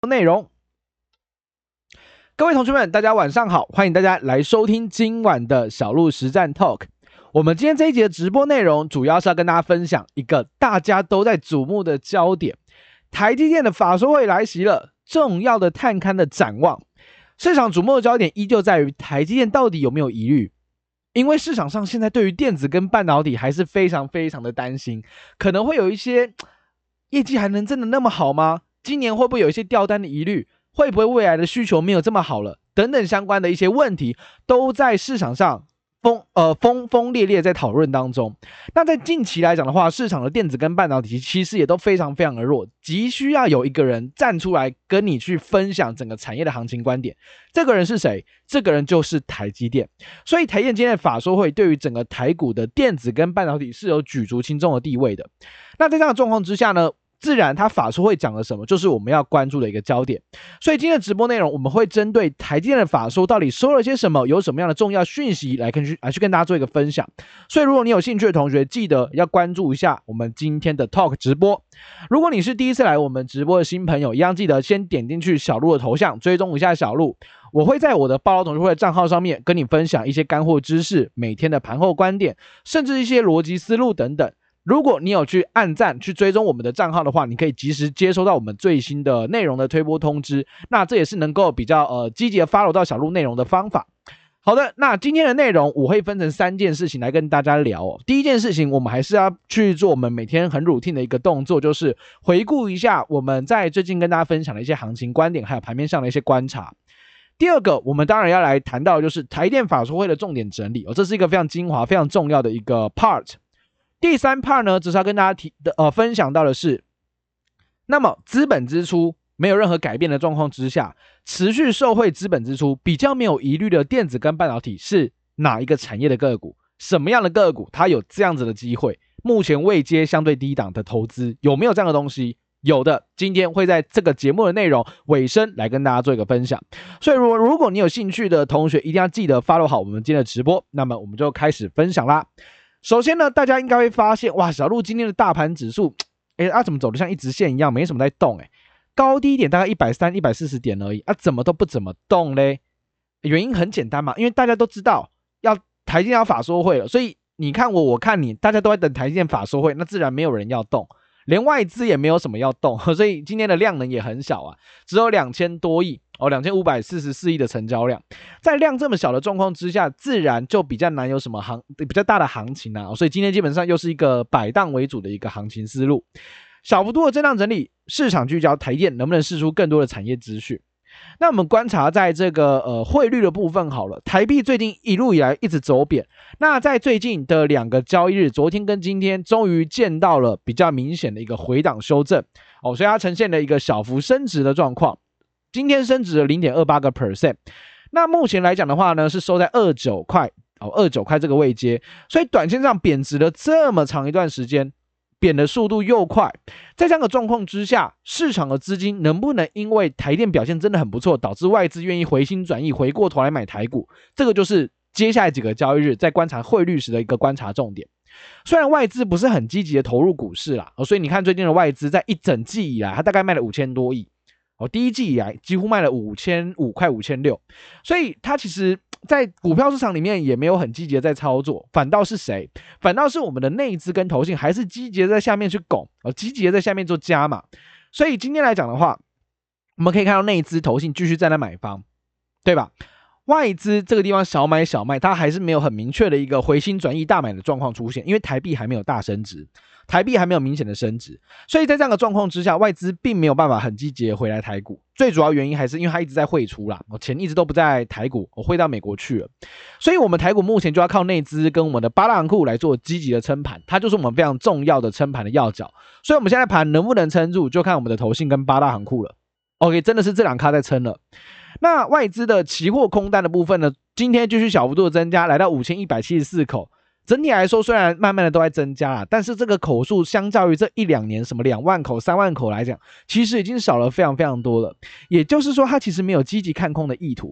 内容。各位同学们，大家晚上好，欢迎大家来收听今晚的小鹿实战 Talk。我们今天这一集的直播内容，主要是要跟大家分享一个大家都在瞩目的焦点：台积电的法说会来袭了，重要的探勘的展望。市场瞩目的焦点依旧在于台积电到底有没有疑虑，因为市场上现在对于电子跟半导体还是非常非常的担心，可能会有一些业绩还能真的那么好吗？今年会不会有一些掉单的疑虑？会不会未来的需求没有这么好了？等等相关的一些问题，都在市场上轰轰烈烈在讨论当中。那在近期来讲的话，市场的电子跟半导体其实也都非常非常的弱，急需要有一个人站出来跟你去分享整个产业的行情观点。这个人是谁？这个人就是台积电。所以台积电今天的法说会对于整个台股的电子跟半导体是有举足轻重的地位的。那在这样的状况之下呢，自然他法说会讲了什么，就是我们要关注的一个焦点。所以今天的直播内容，我们会针对台积电的法说到底说了些什么，有什么样的重要讯息来去跟大家做一个分享。所以如果你有兴趣的同学，记得要关注一下我们今天的 Talk 直播。如果你是第一次来我们直播的新朋友，一样记得先点进去小鹿的头像，追踪一下小鹿。我会在我的报道同学会的账号上面跟你分享一些干货知识，每天的盘后观点，甚至一些逻辑思路等等。如果你有去按赞去追踪我们的账号的话，你可以及时接收到我们最新的内容的推播通知，那这也是能够比较积极的 follow 到小鹿内容的方法。好的，那今天的内容我会分成3件事情来跟大家聊哦。第一件事情，我们还是要去做我们每天很 routine 的一个动作，就是回顾一下我们在最近跟大家分享的一些行情观点，还有盘面上的一些观察。第二个，我们当然要来谈到的就是台电法说会的重点整理哦，这是一个非常精华、非常重要的一个 part。第3 part 呢，只是要跟大家分享到的是，那么资本支出没有任何改变的状况之下，持续受惠资本支出比较没有疑虑的电子跟半导体是哪一个产业的个股？什么样的个股它有这样子的机会？目前位阶相对低档的投资有没有这样的东西？有的，今天会在这个节目的内容尾声来跟大家做一个分享。所以如果你有兴趣的同学，一定要记得 follow 好我们今天的直播。那么我们就开始分享啦。首先呢，大家应该会发现，哇，小鹿今天的大盘指数，怎么走得像一直线一样，没什么在动，高低点大概130、140点而已，怎么都不怎么动嘞？原因很简单嘛，因为大家都知道台积电要法说会了，所以你看我看你，大家都在等台积电法说会，那自然没有人要动，连外资也没有什么要动，所以今天的量能也很小啊，只有2000多亿。2544亿的成交量，在量这么小的状况之下，自然就比较难有什么比较大的行情啊，所以今天基本上又是一个摆荡为主的一个行情思路，小幅度的震荡整理，市场聚焦台电能不能释出更多的产业资讯。那我们观察在这个汇率的部分好了，台币最近一路以来一直走贬，那在最近的2个交易日，昨天跟今天终于见到了比较明显的一个回档修正所以它呈现了一个小幅升值的状况。今天升值了 0.28%， 那目前来讲的话呢，是收在29块29块这个位阶，所以短线上贬值了这么长一段时间，贬的速度又快，在这样的状况之下，市场的资金能不能因为台电表现真的很不错，导致外资愿意回心转意，回过头来买台股？这个就是接下来几个交易日在观察汇率时的一个观察重点。虽然外资不是很积极的投入股市啦，所以你看最近的外资在一整季以来，它大概卖了5000多亿。第一季以来几乎卖了5500快5600，所以他其实在股票市场里面也没有很积极的在操作，反倒是谁？反倒是我们的内资跟投信还是积极的在下面去拱，积极的在下面做加码。所以今天来讲的话，我们可以看到内资投信继续在那买方，对吧？外资这个地方小买小卖，它还是没有很明确的一个回心转意大买的状况出现，因为台币还没有大升值，台币还没有明显的升值，所以在这样的状况之下，外资并没有办法很积极的回来台股。最主要原因还是因为它一直在汇出啦，钱一直都不在台股，汇到美国去了，所以我们台股目前就要靠内资跟我们的八大行库来做积极的撑盘，它就是我们非常重要的撑盘的要角。所以我们现在盘能不能撑住，就看我们的投信跟八大行库了。OK， 真的是这2咖在撑了。那外资的期货空单的部分呢，今天继续小幅度的增加，来到5174口。整体来说，虽然慢慢的都在增加啦，但是这个口数相较于这1-2年什么2万口、3万口来讲，其实已经少了非常非常多了。也就是说，它其实没有积极看空的意图。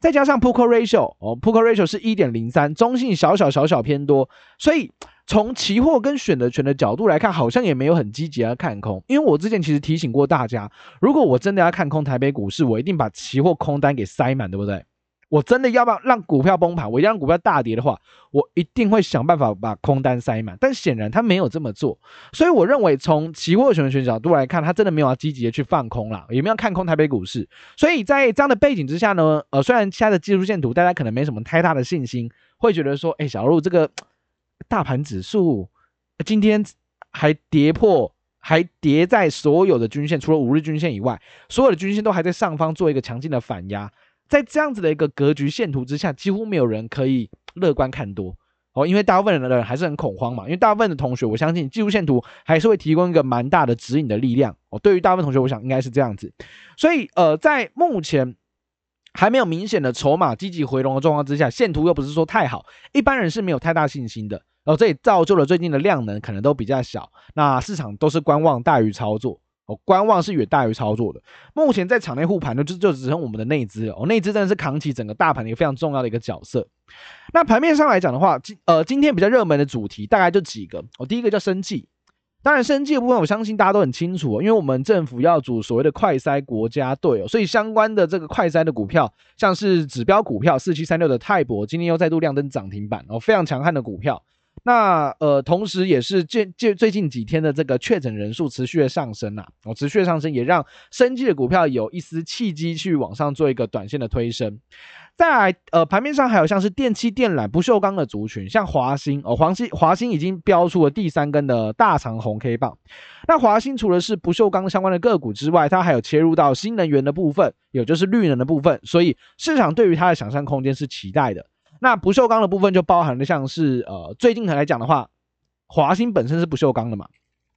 再加上 Put Call Ratio，Put Call Ratio 是 1.03， 中性小偏多，所以从期货跟选择权的角度来看，好像也没有很积极的看空。因为我之前其实提醒过大家，如果我真的要看空台北股市，我一定把期货空单给塞满，对不对？我真的要不要让股票崩盘，我一定要让股票大跌的话，我一定会想办法把空单塞满。但显然他没有这么做，所以我认为从期货选择权角度来看，他真的没有要积极的去放空啦，也没有看空台北股市。所以在这样的背景之下呢，虽然现在的技术线图大家可能没什么太大的信心，会觉得说，小路这个大盘指数今天还跌破。还跌在所有的均线，除了5日均线以外，所有的均线都还在上方做一个强劲的反压。在这样子的一个格局线图之下，几乎没有人可以乐观看多因为大部分的人还是很恐慌嘛。因为大部分的同学，我相信技术线图还是会提供一个蛮大的指引的力量对于大部分同学，我想应该是这样子。所以在目前还没有明显的筹码积极回笼的状况之下，线图又不是说太好，一般人是没有太大信心的。这也造就了最近的量能可能都比较小，那市场都是观望大于操作观望是远大于操作的。目前在场内护盘呢，就只剩我们的内资了内资真的是扛起整个大盘的一个非常重要的一个角色。那盘面上来讲的话，今天比较热门的主题大概就几个第一个叫生技。当然生技的部分我相信大家都很清楚因为我们政府要组所谓的快筛国家队所以相关的这个快筛的股票，像是指标股票4736的泰博，今天又再度亮灯涨停板非常强悍的股票。那同时也是最近几天的这个确诊人数持续的上升持续的上升也让生技的股票有一丝契机去往上做一个短线的推升。再来盘面上还有像是电器电缆不锈钢的族群，像华兴华兴已经标出了第3根的大长红 K 棒。那华兴除了是不锈钢相关的个股之外，它还有切入到新能源的部分，也就是绿能的部分，所以市场对于它的想象空间是期待的。那不锈钢的部分就包含了像是最近来讲的话，华兴本身是不锈钢的嘛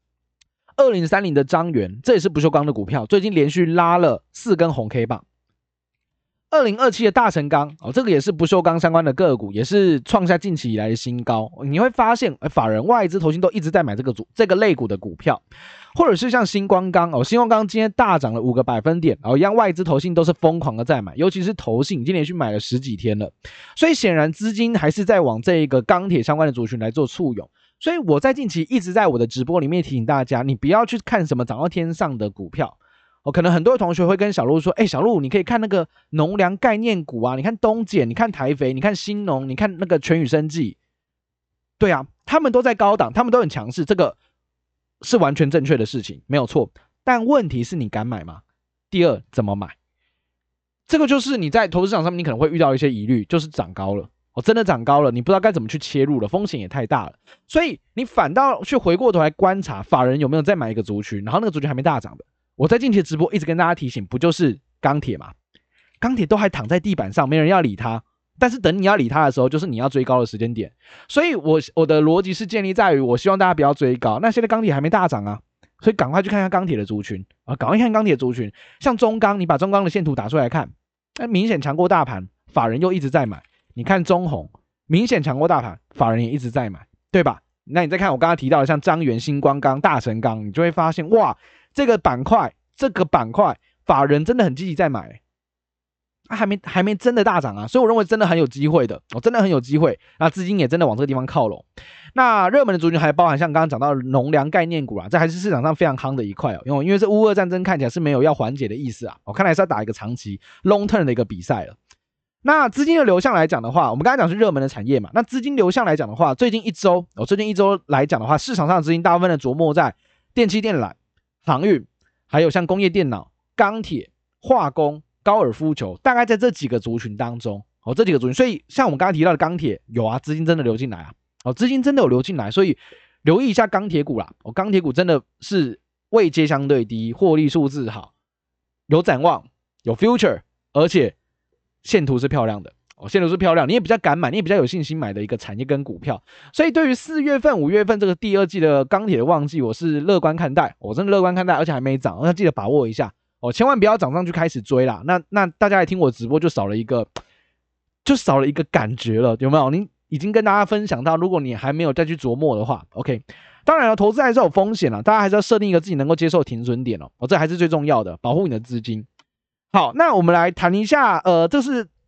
，2030的张元这也是不锈钢的股票，最近连续拉了4根红 K 棒。2027的大成钢这个也是不锈钢相关的个股，也是创下近期以来的新高。你会发现法人外资投信都一直在买这个类股的股票，或者是像新光钢新光钢今天大涨了5个百分点一样外资投信都是疯狂的在买，尤其是投信已经连续买了10几天了，所以显然资金还是在往这一个钢铁相关的族群来做簇拥。所以我在近期一直在我的直播里面提醒大家，你不要去看什么涨到天上的股票可能很多同学会跟小鹿说，小鹿你可以看那个农粮概念股啊，你看东碱，你看台肥，你看新农，你看那个全宇生技，对啊，他们都在高档，他们都很强势，这个是完全正确的事情，没有错。但问题是你敢买吗？第二，怎么买？这个就是你在投资市场上面你可能会遇到一些疑虑，就是涨高了真的涨高了，你不知道该怎么去切入了，风险也太大了，所以你反倒去回过头来观察法人有没有再买一个族群，然后那个族群还没大涨的。我在近期的直播一直跟大家提醒，不就是钢铁吗？钢铁都还躺在地板上，没人要理它，但是等你要理它的时候，就是你要追高的时间点。所以我的逻辑是建立在于，我希望大家不要追高。那现在钢铁还没大涨所以赶快去看看钢铁的族群赶快看钢铁族群，像中钢，你把中钢的线图打出来看，明显强过大盘，法人又一直在买。你看中红，明显强过大盘，法人也一直在买，对吧？那你再看我刚刚提到的像彰源、新光钢、大成钢，你就会发现哇，这个板块法人真的很积极在买还没真的大涨所以我认为真的很有机会的真的很有机会。那资金也真的往这个地方靠拢。那热门的族群还包含像刚刚讲到的农粮概念股这还是市场上非常夯的一块因为这乌俄战争看起来是没有要缓解的意思我看来是要打一个长期 long term 的一个比赛了。那资金的流向来讲的话，我们刚才讲是热门的产业嘛，那资金流向来讲的话，最近一周来讲的话，市场上的资金大部分的琢磨在电气电缆、航运，还有像工业电脑、钢铁、化工、高尔夫球，大概在这几个族群当中这几个族群。所以像我们刚才提到的钢铁有资金真的流进来资金真的有流进来，所以留意一下钢铁股啦钢铁股真的是位阶相对低，获利数字好，有展望，有 future， 而且线图是漂亮的线图是漂亮，你也比较敢买，你也比较有信心买的一个产业跟股票。所以对于4月份、5月份这个第二季的钢铁的旺季，我是乐观看待，我真的乐观看待，而且还没涨，要记得把握一下千万不要涨上去开始追啦。那大家来听我直播就少了一个感觉了，有没有？你已经跟大家分享到，如果你还没有再去琢磨的话 ，OK。当然了，投资还是有风险啦，大家还是要设定一个自己能够接受的停损点这还是最重要的，保护你的资金。好，那我们来谈一下，这是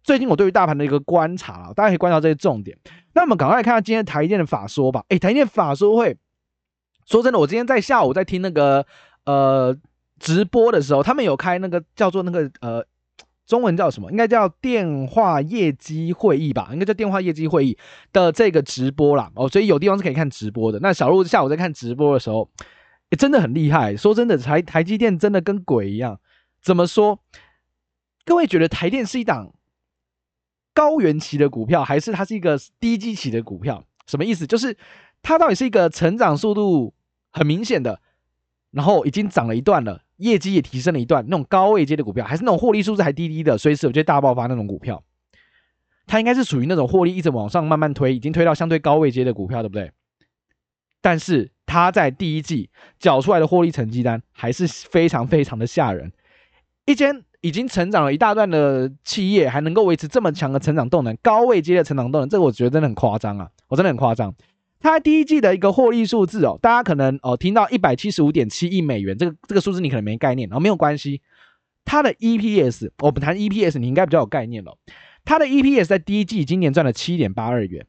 最近我对于大盘的一个观察，大家可以观察这些重点。那我们赶快来看看今天台积电的法说吧。台积电法说会，说真的，我今天在下午在听那个直播的时候，他们有开那个叫做那个中文叫什么？应该叫电话业绩会议吧？应该叫电话业绩会议的这个直播啦。所以有地方是可以看直播的。那小鹿下午在看直播的时候，真的很厉害。说真的，台积电真的跟鬼一样。怎么说？各位觉得台电是一档高原期的股票，还是它是一个低基期的股票？什么意思？就是它到底是一个成长速度很明显的，然后已经涨了一段了，业绩也提升了一段，那种高位阶的股票，还是那种获利数字还低低的，随时有些大爆发那种股票？它应该是属于那种获利一直往上慢慢推，已经推到相对高位阶的股票，对不对？但是它在第一季缴出来的获利成绩单还是非常非常的吓人。一间已经成长了一大段的企业，还能够维持这么强的成长动能，高位阶的成长动能，这个我觉得真的很夸张啊！真的很夸张。它第一季的一个获利数字大家可能听到175.7亿美元，这个数字你可能没概念，没有关系。它的 EPS， 我们谈 EPS 你应该比较有概念了。它的 EPS 在第一季今年赚了 7.82 元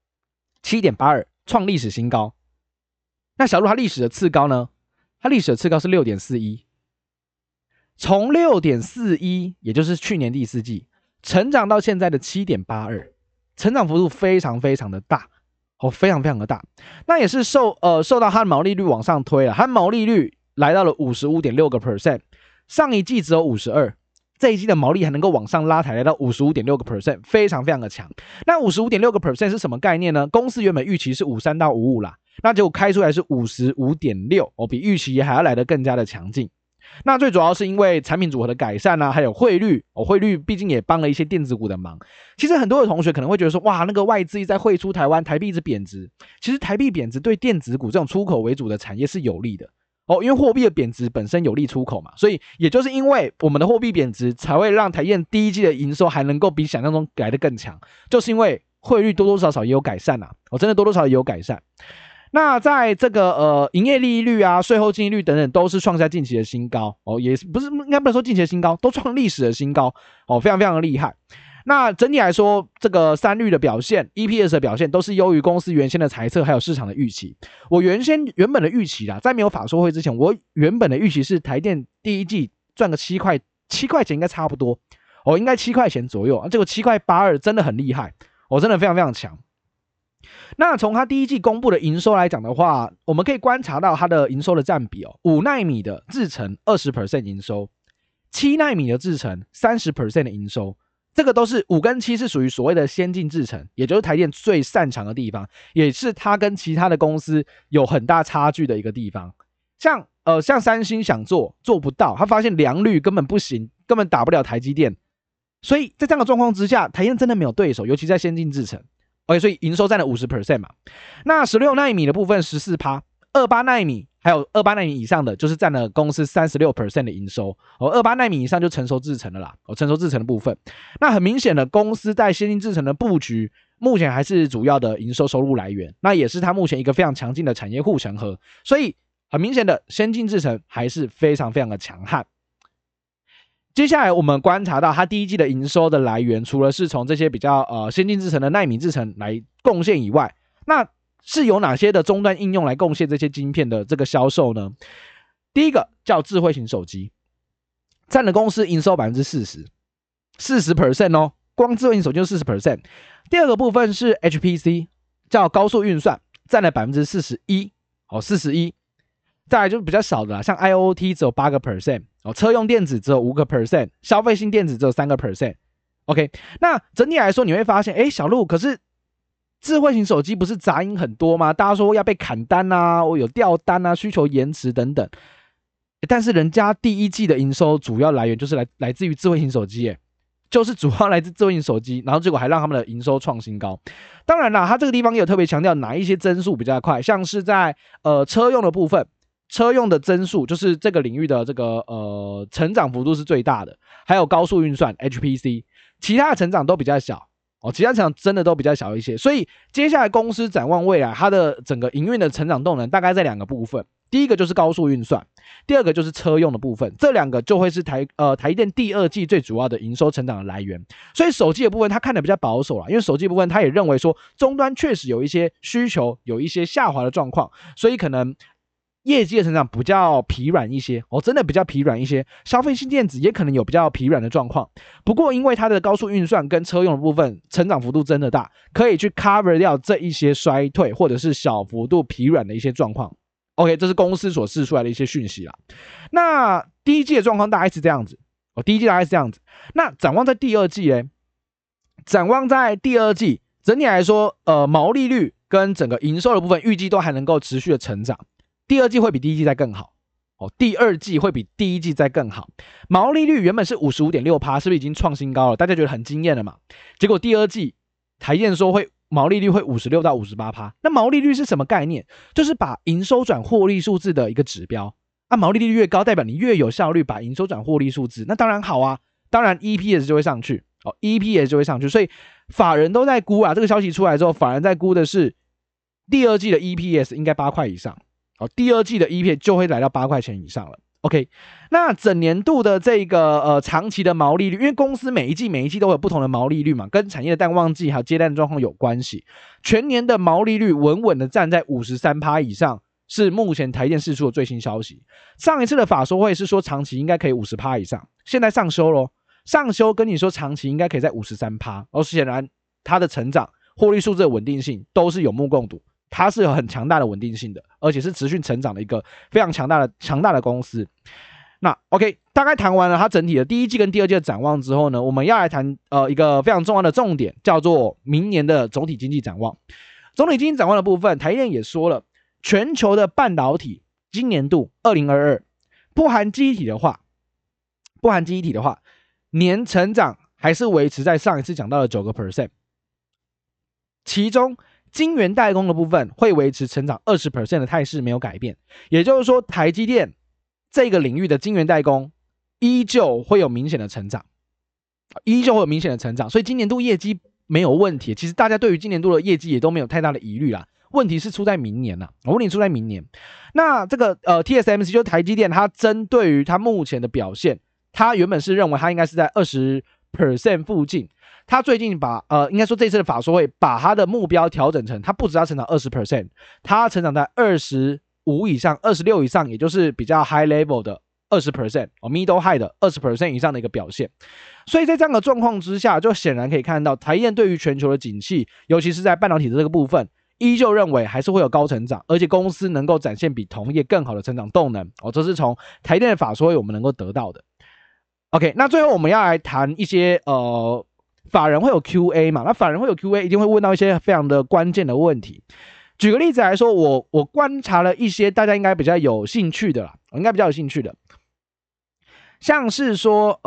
，7.82创历史新高。那小鹿它历史的次高呢？它历史的次高是 6.41， 从 6.41 也就是去年第四季成长到现在的 7.82， 成长幅度非常非常的大，非常非常的大。那也是受到它的毛利率往上推了，它的毛利率来到了 55.6%， 上一季只有 52%， 这一季的毛利还能够往上拉抬来到 55.6%， 非常非常的强。那 55.6% 是什么概念呢？公司原本预期是53到55啦，那结果开出来是 55.6%， 比预期还要来得更加的强劲。那最主要是因为产品组合的改善还有汇率，汇率毕竟也帮了一些电子股的忙。其实很多的同学可能会觉得说，哇，那个外资一直在汇出台湾，台币一直贬值。其实台币贬值对电子股这种出口为主的产业是有利的因为货币的贬值本身有利出口嘛，所以也就是因为我们的货币贬值，才会让台电第一季的营收还能够比想象中来得更强，就是因为汇率多多少少也有改善真的多多少少也有改善。那在这个营业利率啊、税后净利率等等都是创下近期的新高也不是应该不能说近期的新高，都创历史的新高非常非常的厉害。那整体来说，这个三率的表现 ，EPS 的表现都是优于公司原先的财测还有市场的预期。我原本的预期在没有法说会之前，我原本的预期是台电第一季赚个7块钱应该差不多应该7块钱左右，结果7块82真的很厉害真的非常非常强。那从它第一季公布的营收来讲的话，我们可以观察到它的营收的占比5奈米的制程 20% 营收，7奈米的制程 30% 的营收，这个都是5跟7是属于所谓的先进制程，也就是台电最擅长的地方，也是它跟其他的公司有很大差距的一个地方。像三星想做不到，他发现良率根本不行，根本打不了台积电，所以在这样的状况之下，台电真的没有对手，尤其在先进制程。所以营收占了 50% 嘛。那16奈米的部分 14%，28奈米还有28奈米以上的就是占了公司 36% 的营收28奈米以上就成熟制程了啦成熟制程的部分。那很明显的，公司在先进制程的布局目前还是主要的营收收入来源，那也是它目前一个非常强劲的产业护城河，所以很明显的先进制程还是非常非常的强悍。接下来我们观察到它第一季的营收的来源，除了是从这些比较先进制程的奈米制程来贡献以外，那是有哪些的终端应用来贡献这些晶片的这个销售呢？第一个叫智慧型手机，占了公司营收 40% 光智慧型手机就 40%。 第二个部分是 HPC， 叫高速运算，占了 41%41%。再来就是比较少的啦，像 IoT 只有 8%， 车用电子只有 5%， 消费性电子只有 3%。 OK， 那整体来说你会发现小鹿，可是智慧型手机不是杂音很多吗？大家说要被砍单有掉单需求延迟等等，但是人家第一季的营收主要来源就是来自于智慧型手机就是主要来自智慧型手机，然后结果还让他们的营收创新高。当然啦，他这个地方也有特别强调哪一些增速比较快，像是在车用的部分，车用的增速就是这个领域的这个成长幅度是最大的，还有高速运算 HPC， 其他的成长都比较小其他成长真的都比较小一些。所以接下来公司展望未来，它的整个营运的成长动能大概在2个部分， 第一个就是高速运算，第二个就是车用的部分，这两个就会是台积电第二季最主要的营收成长的来源。所以手机的部分他看的比较保守啦，因为手机部分他也认为说终端确实有一些需求有一些下滑的状况，所以可能业绩的成长比较疲软一些真的比较疲软一些，消费性电子也可能有比较疲软的状况。不过因为它的高速运算跟车用的部分成长幅度真的大，可以去 cover 掉这一些衰退或者是小幅度疲软的一些状况。OK， 这是公司所释出来的一些讯息啦。那第一季的状况大概是这样子，第一季大概是这样子。那展望在第二季呢？展望在第二季，整体来说，毛利率跟整个营收的部分预计都还能够持续的成长。第二季会比第一季再更好，第二季会比第一季再更好。毛利率原本是 55.6%， 是不是已经创新高了？大家觉得很惊艳了嘛？结果第二季台积电说毛利率会 56% 到 58%。那毛利率是什么概念？就是把营收转获利数字的一个指标。毛利率越高，代表你越有效率把营收转获利数字，那当然好啊，当然 EPS 就会上去，EPS 就会上去。所以法人都在估啊，这个消息出来之后，法人在估的是第二季的 EPS 应该8块以上。第二季的 EPS 就会来到8块钱以上了。OK， 那整年度的这个长期的毛利率，因为公司每一季都有不同的毛利率嘛，跟产业的淡旺季还有接单的状况有关系。全年的毛利率稳稳的站在 53% 以上，是目前台积电释出的最新消息。上一次的法说会是说长期应该可以 50% 以上，现在上修咯，上修跟你说长期应该可以在 53%， 显然它的成长获利数字的稳定性都是有目共睹。它是有很强大的稳定性的，而且是持续成长的一个非常强大的公司。那 OK， 大概谈完了它整体的第一季跟第二季的展望之后呢，我们要来谈一个非常重要的重点，叫做明年的总体经济展望。总体经济展望的部分，台积电也说了，全球的半导体今年度2022不含记忆体的话，年成长还是维持在上一次讲到的 9%， 其中晶圆代工的部分会维持成长 20% 的态势没有改变，也就是说台积电这个领域的晶圆代工依旧会有明显的成长，所以今年度业绩没有问题。其实大家对于今年度的业绩也都没有太大的疑虑啦，问题是出在明年啦。那这个TSMC 就是台积电，它针对于它目前的表现，它原本是认为它应该是在 20% 附近。他最近应该说这次的法说会把他的目标调整成，他不只要成长 20%， 他成长在25以上、26以上，也就是比较 high level 的 20%，middle high 的 20% 以上的一个表现。所以在这样的状况之下，就显然可以看到台积电对于全球的景气，尤其是在半导体的这个部分，依旧认为还是会有高成长，而且公司能够展现比同业更好的成长动能。这是从台积电的法说会我们能够得到的。OK， 那最后我们要来谈一些法人会有 QA 嘛？那法人会有 QA， 一定会问到一些非常的关键的问题。举个例子来说，我观察了一些大家应该比较有兴趣的啦，像是说，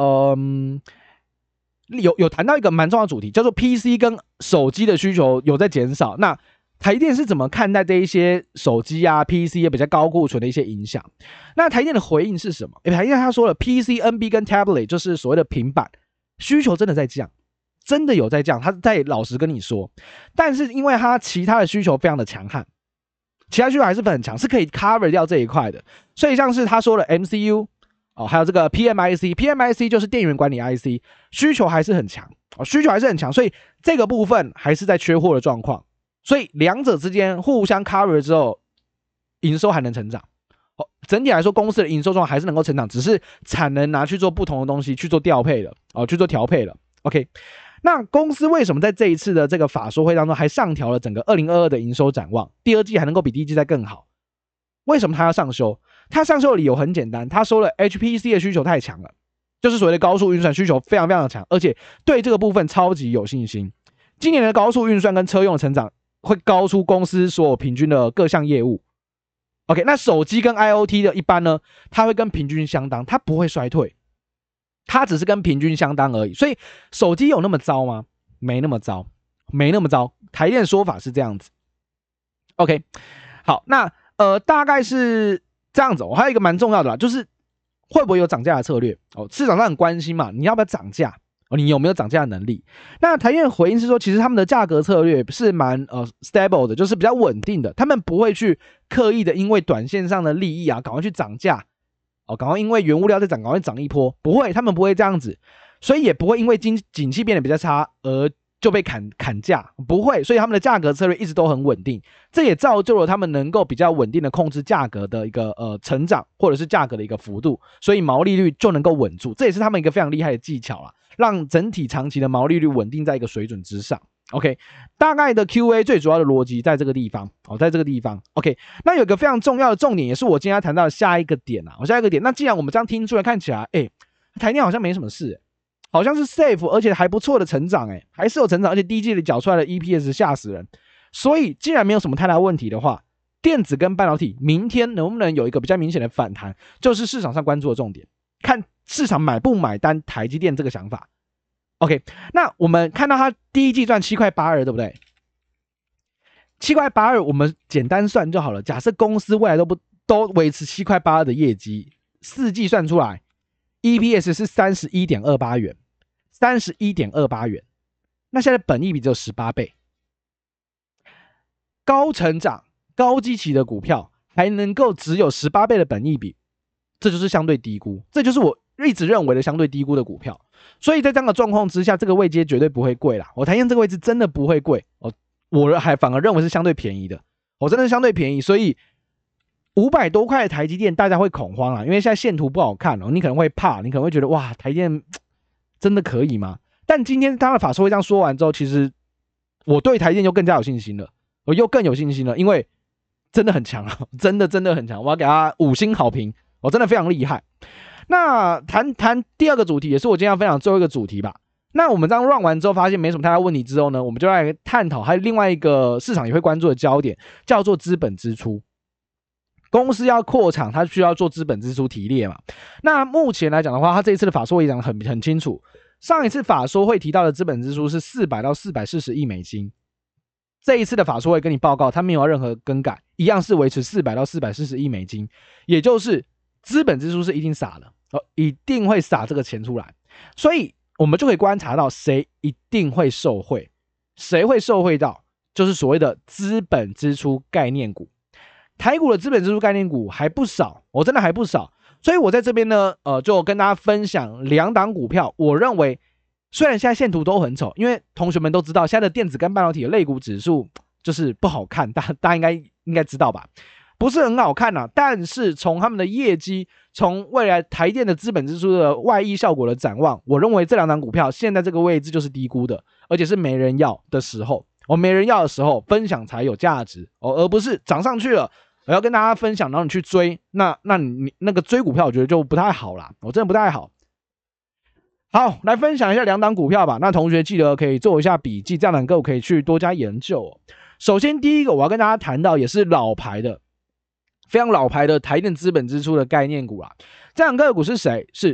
有谈到一个蛮重要的主题，叫做 PC 跟手机的需求有在减少。那台积电是怎么看待这一些手机啊、PC 也比较高库存的一些影响？那台积电的回应是什么？台积电他说了 ，PC、NB 跟 Tablet 就是所谓的平板需求真的在降。真的有在降，他在老实跟你说，但是因为他其他的需求非常的强悍，其他需求还是很强，是可以 cover 掉这一块的。所以像是他说的 MCU 还有这个 PMIC 就是电源管理 IC 需求还是很强，所以这个部分还是在缺货的状况。所以两者之间互相 cover 之后，营收还能成长。整体来说，公司的营收状况还是能够成长，只是产能拿去做不同的东西，去做调配了，去做调配了。OK。那公司为什么在这一次的这个法说会当中还上调了整个2022的营收展望，第二季还能够比第一季再更好？为什么他要上修？他上修的理由很简单，他说了 HPC 的需求太强了，就是所谓的高速运算需求非常非常的强，而且对这个部分超级有信心。今年的高速运算跟车用的成长会高出公司所有平均的各项业务。OK， 那手机跟 IoT 的一般呢，它会跟平均相当，它不会衰退。它只是跟平均相当而已，所以手机有那么糟吗？没那么糟。台积电的说法是这样子。OK， 好，那大概是这样子。还有一个蛮重要的啦，就是会不会有涨价的策略？市场上很关心嘛，你要不要涨价？ 你有没有涨价的能力？那台积电回应是说，其实他们的价格策略是蛮stable 的，就是比较稳定的，他们不会去刻意的因为短线上的利益啊，赶快去涨价赶快因为原物料在涨，赶快涨一波，不会，他们不会这样子，所以也不会因为景气变得比较差而就被砍价，不会，所以他们的价格策略一直都很稳定，这也造就了他们能够比较稳定的控制价格的一个成长，或者是价格的一个幅度，所以毛利率就能够稳住，这也是他们一个非常厉害的技巧啦，让整体长期的毛利率稳定在一个水准之上。OK， 大概的 QA 最主要的逻辑在这个地方在这个地方。OK， 那有一个非常重要的重点，也是我今天要谈到的下一个点下一个点，那既然我们这样听出来，看起来，台电好像没什么事，好像是 safe， 而且还不错的成长，还是有成长，而且第一季里缴出来的 EPS 吓死人。所以既然没有什么太大问题的话，电子跟半导体明天能不能有一个比较明显的反弹，就是市场上关注的重点，看市场买不买单台积电这个想法。OK， 那我们看到它第一季赚7.82块，对不对？7.82块，我们简单算就好了。假设公司未来都维持7.82块的业绩，4季算出来 ，EPS 是31.28元，31.28元。那现在本益比只有18倍，高成长、高基期的股票还能够只有18倍的本益比，这就是相对低估，这就是我一直认为的相对低估的股票。所以在这样的状况之下，这个位阶绝对不会贵啦。台积电这个位置真的不会贵我还反而认为是相对便宜的，真的是相对便宜。所以500多块的台积电大家会恐慌啦，因为现在线图不好看你可能会怕，你可能会觉得哇，台积电真的可以吗？但今天他的法说会这样说完之后，其实我对台积电就更加有信心了，我又更有信心了，因为真的很强真的很强，我要给他5星好评，真的非常厉害。那谈第二个主题，也是我今天要分享最后一个主题吧。那我们这样 run 完之后，发现没什么太大问题之后呢，我们就来探讨还有另外一个市场也会关注的焦点，叫做资本支出。公司要扩厂，它需要做资本支出提列嘛。那目前来讲的话，它这一次的法说会讲得很清楚，上一次法说会提到的资本支出是400到440亿美金，这一次的法说会跟你报告，它没有任何更改，一样是维持400到440亿美金，也就是资本支出是一定撒的一定会撒这个钱出来，所以我们就可以观察到谁一定会受惠，谁会受惠到，就是所谓的资本支出概念股。台股的资本支出概念股还不少，真的还不少，所以我在这边呢，就跟大家分享2档股票，我认为虽然现在线图都很丑，因为同学们都知道现在的电子跟半导体的类股指数就是不好看，大家应该知道吧？不是很好看但是从他们的业绩，从未来台电的资本支出的外溢效果的展望，我认为这2档股票现在这个位置就是低估的，而且是没人要的时候，没人要的时候分享才有价值而不是涨上去了我要跟大家分享，然后你去追，那你那个追股票我觉得就不太好啦，真的不太好。好，来分享一下2档股票吧。那同学记得可以做一下笔记，这样能够可以去多加研究首先第一个我要跟大家谈到，也是老牌的，非常老牌的台电资本支出的概念股啦。这档个股是谁？是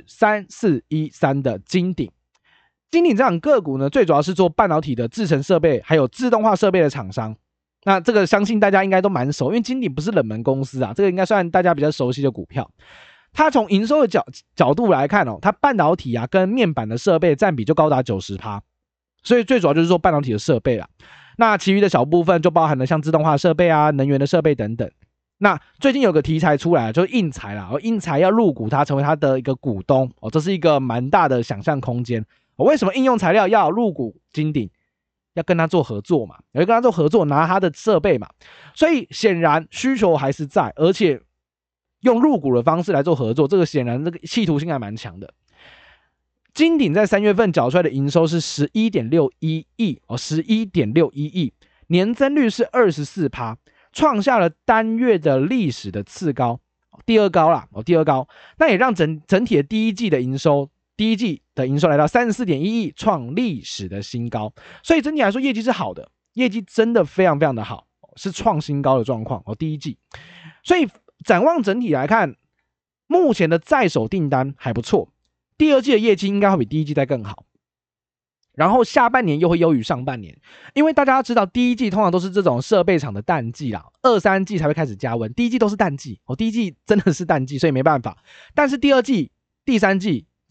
3413的金鼎。金鼎这档个股呢，最主要是做半导体的制程设备还有自动化设备的厂商。那这个相信大家应该都蛮熟，因为金鼎不是冷门公司这个应该算大家比较熟悉的股票。它从营收的角度来看它半导体跟面板的设备占比就高达 90%， 所以最主要就是做半导体的设备啦。那其余的小部分就包含了像自动化设备能源的设备等等。那最近有个题材出来就是应材啦，应材要入股它，成为它的一个股东这是一个蛮大的想象空间为什么应用材料要入股金鼎？要跟他做合作嘛，要跟他做合作，拿他的设备嘛，所以显然需求还是在，而且用入股的方式来做合作，这个显然这个企图心还蛮强的。金鼎在3月份缴出来的营收是 11.61 亿11.61亿，年增率是 24%， 创下了单月的历史的次高，第二高啦第二高，那也让整体的第一季的营收来到 34.1 亿，创历史的新高，所以整体来说业绩是好的，业绩真的非常非常的好，是创新高的状况第一季。所以展望整体来看，目前的在手订单还不错，第二季的业绩应该会比第一季再更好，然后下半年又会优于上半年，因为大家知道第一季通常都是这种设备厂的淡季啦，2、3季才会开始加温，第一季都是淡季第一季真的是淡季，所以没办法。但是第二季、第三季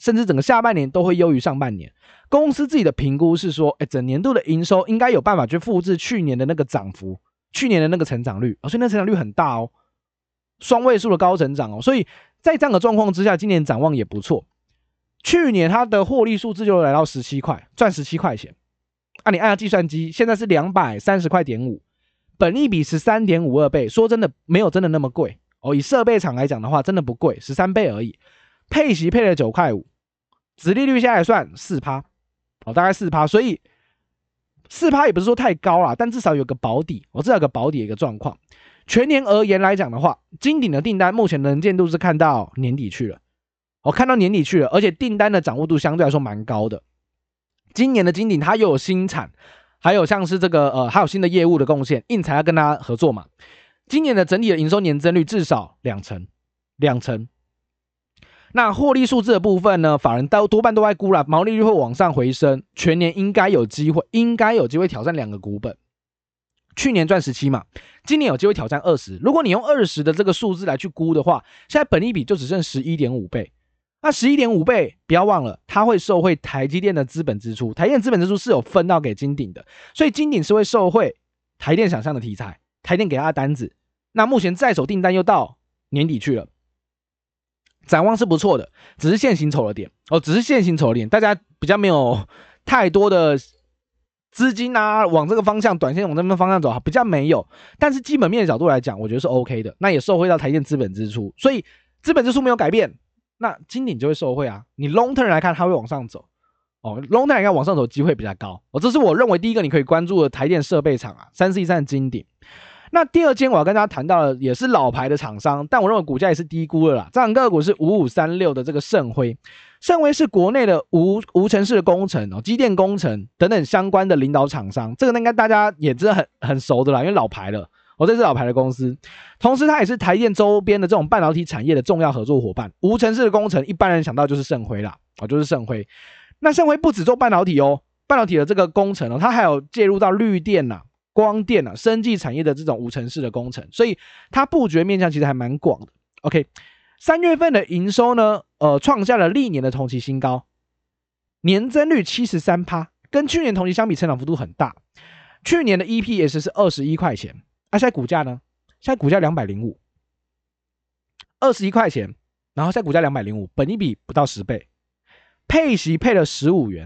甚至整个下半年都会优于上半年。公司自己的评估是说，整年度的营收应该有办法去复制去年的那个涨幅，去年的那个成长率，所以那成长率很大哦，双位数的高成长哦，所以在这样的状况之下，今年展望也不错。去年它的获利数字就来到17块，赚17块钱。你按照计算机，现在是230.5块，本益比 13.52 倍，说真的没有真的那么贵哦。以设备厂来讲的话，真的不贵，13倍而已。配息配了9块5，殖利率现在还算 4%， 大概 4%， 所以 4% 也不是说太高啦，但至少有个保底，至少有个保底的一个状况。全年而言来讲的话，金鼎的订单目前能见度是看到年底去了，看到年底去了，而且订单的掌握度相对来说蛮高的。今年的金鼎它又有新产，还有像是这个还有新的业务的贡献，印材要跟它合作嘛。今年的整体的营收年增率至少2成。那获利数字的部分呢，法人多半都在估啦，毛利率会往上回升，全年应该有机会挑战2个股本。去年赚17嘛，今年有机会挑战20。如果你用20的这个数字来去估的话，现在本益比就只剩 11.5 倍。那 11.5 倍，不要忘了，它会受惠台积电的资本支出，台积电资本支出是有分到给金鼎的，所以金鼎是会受惠台电想象的题材，台电给他的单子。那目前在手订单又到年底去了，展望是不错的，只是现行丑了点，大家比较没有太多的资金往这个方向，短线往这个方向走，比较没有。但是基本面的角度来讲，我觉得是 OK 的，那也受惠到台电资本支出，所以资本支出没有改变。那金鼎就会受惠啊，你 long term 来看它会往上走long term 来看往上走机会比较高这是我认为第一个你可以关注的台电设备厂3413的金鼎。那第二间我要跟大家谈到的也是老牌的厂商，但我认为股价也是低估了啦，这档个股是5536的这个盛辉是国内的无尘室的工程机电工程等等相关的领导厂商，这个应该大家也真的很熟的啦，因为老牌了这是老牌的公司，同时它也是台电周边的这种半导体产业的重要合作伙伴。无尘室的工程，一般人想到就是盛辉啦，就是盛辉。那盛辉不只做半导体半导体的这个工程它还有介入到绿电光电生技产业的这种无尘室的工程，所以它布局面向其实还蛮广的。OK， 3月份的营收呢，创下了历年的同期新高，年增率 73%， 跟去年同期相比成长幅度很大。去年的 EPS 是21块钱。现在股价呢？现在股价205， 21块钱，然后现在股价205，本益比不到10倍，配息配了15元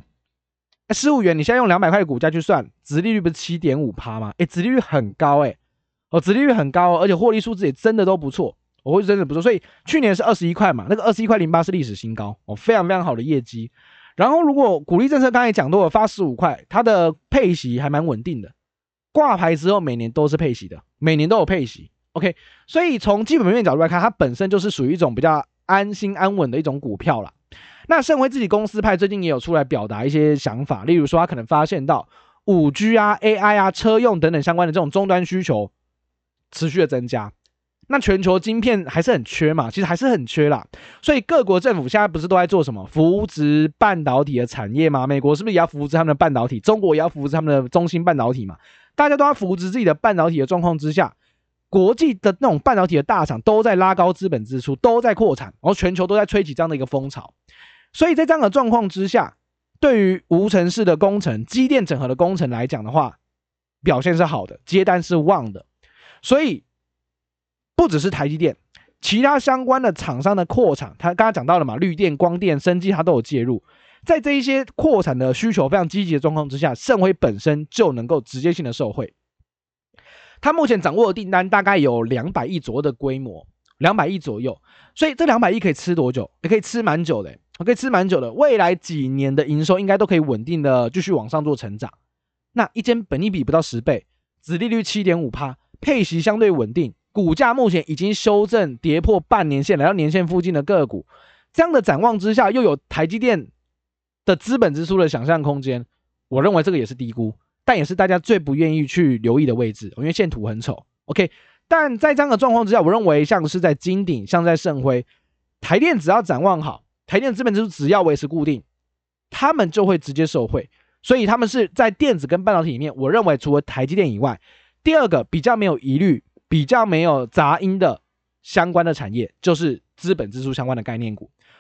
，15元，你现在用200块的股价去算，殖利率不是 7.5% 吗？殖利率很高殖利率很高而且获利数字也真的都不错，获利真的不错，所以去年是21块嘛，那个21块08是历史新高非常非常好的业绩。然后如果股利政策刚才讲到了发15块，它的配息还蛮稳定的。挂牌之后每年都是配息的，每年都有配息 OK， 所以从基本面角度来看，它本身就是属于一种比较安心安稳的一种股票啦。那盛辉自己公司派最近也有出来表达一些想法，例如说他可能发现到 5G AI 车用等等相关的这种终端需求持续的增加，那全球晶片还是很缺嘛，其实还是很缺啦，所以各国政府现在不是都在做什么扶植半导体的产业吗？美国是不是也要扶植他们的半导体？中国也要扶植他们的中芯半导体嘛？大家都要扶植自己的半导体的状况之下，国际的那种半导体的大厂都在拉高资本支出，都在扩产，然后全球都在吹起这样的一个风潮。所以在这样的状况之下，对于无尘室的工程、机电整合的工程来讲的话，表现是好的，接单是旺的。所以不只是台积电，其他相关的厂商的扩产，他刚刚讲到了嘛，绿电、光电、生技，它都有介入。在这一些扩产的需求非常积极的状况之下，盛辉本身就能够直接性的受惠。他目前掌握的订单大概有200亿左右的规模，200亿左右，所以这200亿可以吃多久？也可以吃蛮久的，未来几年的营收应该都可以稳定的继续往上做成长。那一间本益比不到10倍，殖利率 7.5%， 配息相对稳定，股价目前已经修正跌破半年线，来到年线附近的个股，这样的展望之下，又有台积电的资本支出的想象空间，我认为这个也是低估，但也是大家最不愿意去留意的位置，因为线图很丑 OK。 但在这样的状况之下，我认为像是在金鼎，像在盛辉，台电只要展望好，台电资本支出只要维持固定，他们就会直接受惠。所以他们是在电子跟半导体里面，我认为除了台积电以外，第二个比较没有疑虑、比较没有杂音的相关的产业，就是资本支出相关的概念股。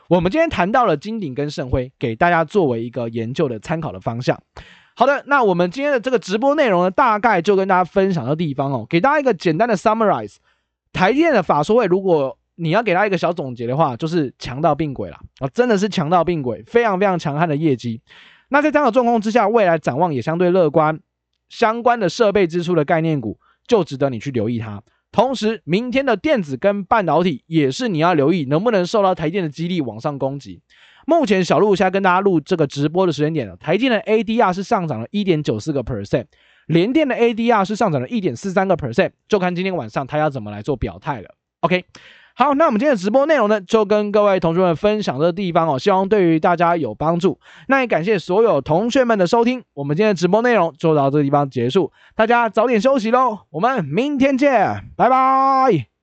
我们今天谈到了金鼎跟盛辉，给大家作为一个研究的参考的方向。好的，那我们今天的这个直播内容呢，大概就跟大家分享的地方哦，给大家一个简单的 summarize。台积电的法说会，如果你要给大家一个小总结的话，就是强到并轨啦，真的是强到并轨，非常非常强悍的业绩。那在这样的状况之下，未来展望也相对乐观，相关的设备支出的概念股就值得你去留意它。同时，明天的电子跟半导体也是你要留意能不能受到台积电的激励往上攻击。目前小鹿现在跟大家录这个直播的时间点，台积电的 ADR 是上涨了 1.94%， 联电的 ADR 是上涨了 1.43%， 就看今天晚上它要怎么来做表态了。OK， 好，那我们今天的直播内容呢，就跟各位同学们分享这个地方哦，希望对于大家有帮助。那也感谢所有同学们的收听，我们今天的直播内容就到这个地方结束，大家早点休息咯，我们明天见，拜拜。